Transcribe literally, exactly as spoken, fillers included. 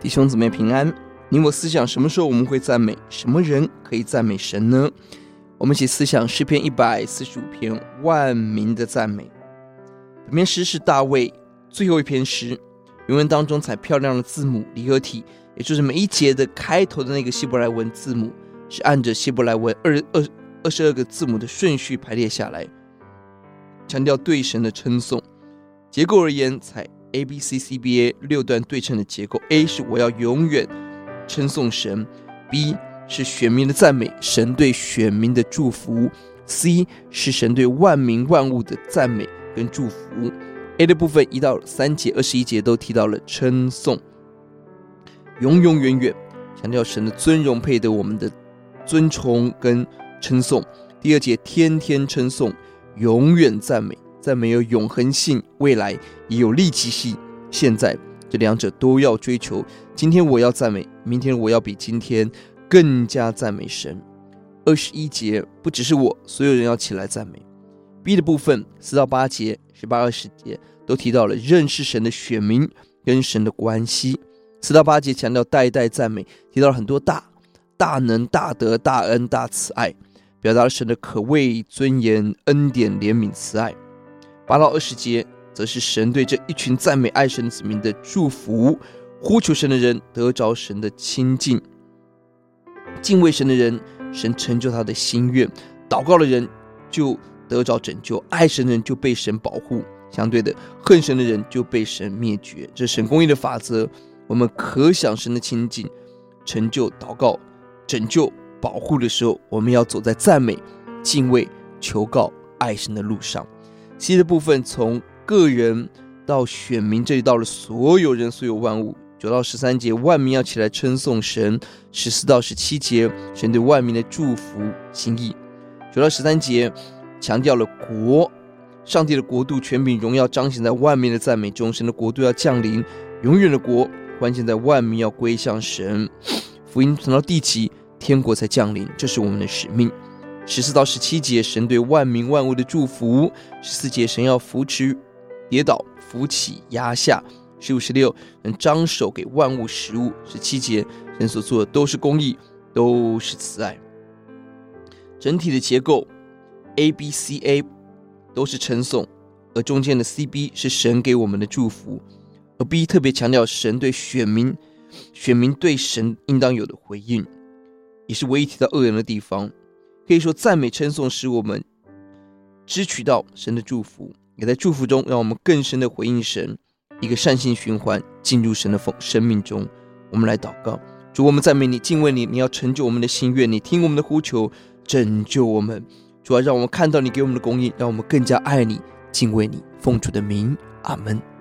弟兄姊妹平安，你我思想什么时候我们会赞美，什么人可以赞美神呢？我们一起思想诗篇一百四十五篇万民的赞美。本篇诗是大卫最后一篇诗，原文当中采漂亮的字母离合体，也就是每一节的开头的那个希伯来文字母是按着希伯来文二十二个字母的顺序排列下来，强调对神的称颂。结构而言，采 A B C C B A 六段对称的结构。 A 是我要永远称颂神， B 是选民的赞美，神对选民的祝福， C 是神对万民万物的赞美跟祝福。 A 的部分一到三节二十一节都提到了称颂，永永远远强调神的尊荣配得我们的尊崇跟称颂。第二节天天称颂，永远赞美，赞美有永恒性，未来也有立即性，现在这两者都要追求。今天我要赞美，明天我要比今天更加赞美神。二十一节不只是我，所有人要起来赞美。 B 的部分四到八节十八、二十节都提到了认识神的选民跟神的关系。四到八节强调代代赞美，提到了很多大大能、大德、大恩、大慈爱，表达了神的可畏、尊严、恩典、怜悯、慈爱。八到二十节则是神对这一群赞美爱神子民的祝福，呼求神的人得着神的亲近，敬畏神的人神成就他的心愿，祷告的人就得着拯救，爱神的人就被神保护，相对的恨神的人就被神灭绝。这是神公义的法则，我们可想神的亲近，成就、祷告、拯救、保护的时候，我们要走在赞美、敬畏、求告、爱神的路上。 C 的部分从个人到选民，这里到了所有人、所有万物。九到十三节万民要起来称颂神。十四到十七节神对万民的祝福心意。九到十三节强调了国，上帝的国度权柄荣耀彰显在万民的赞美中，神的国度要降临，永远的国关键在万民要归向神。福音传到地极，天国才降临，这是我们的使命。十四到十七节神对万民万物的祝福。十四节神要扶持跌倒，扶起压下。十五、十六能张手给万物食物。十七节神所做的都是公义，都是慈爱。整体的结构 A B C A 都是称颂，而中间的 C B 是神给我们的祝福，而 B 特别强调神对选民，选民对神应当有的回应，也是唯一提到恶人的地方。可以说赞美称颂使我们支取到神的祝福，也在祝福中让我们更深的回应神，一个善性循环进入神的生命中。我们来祷告。主，我们赞美你，敬畏你，你要成就我们的心愿，你听我们的呼求，拯救我们。主啊，让我们看到你给我们的供应，让我们更加爱你，敬畏你，奉主的名，阿们。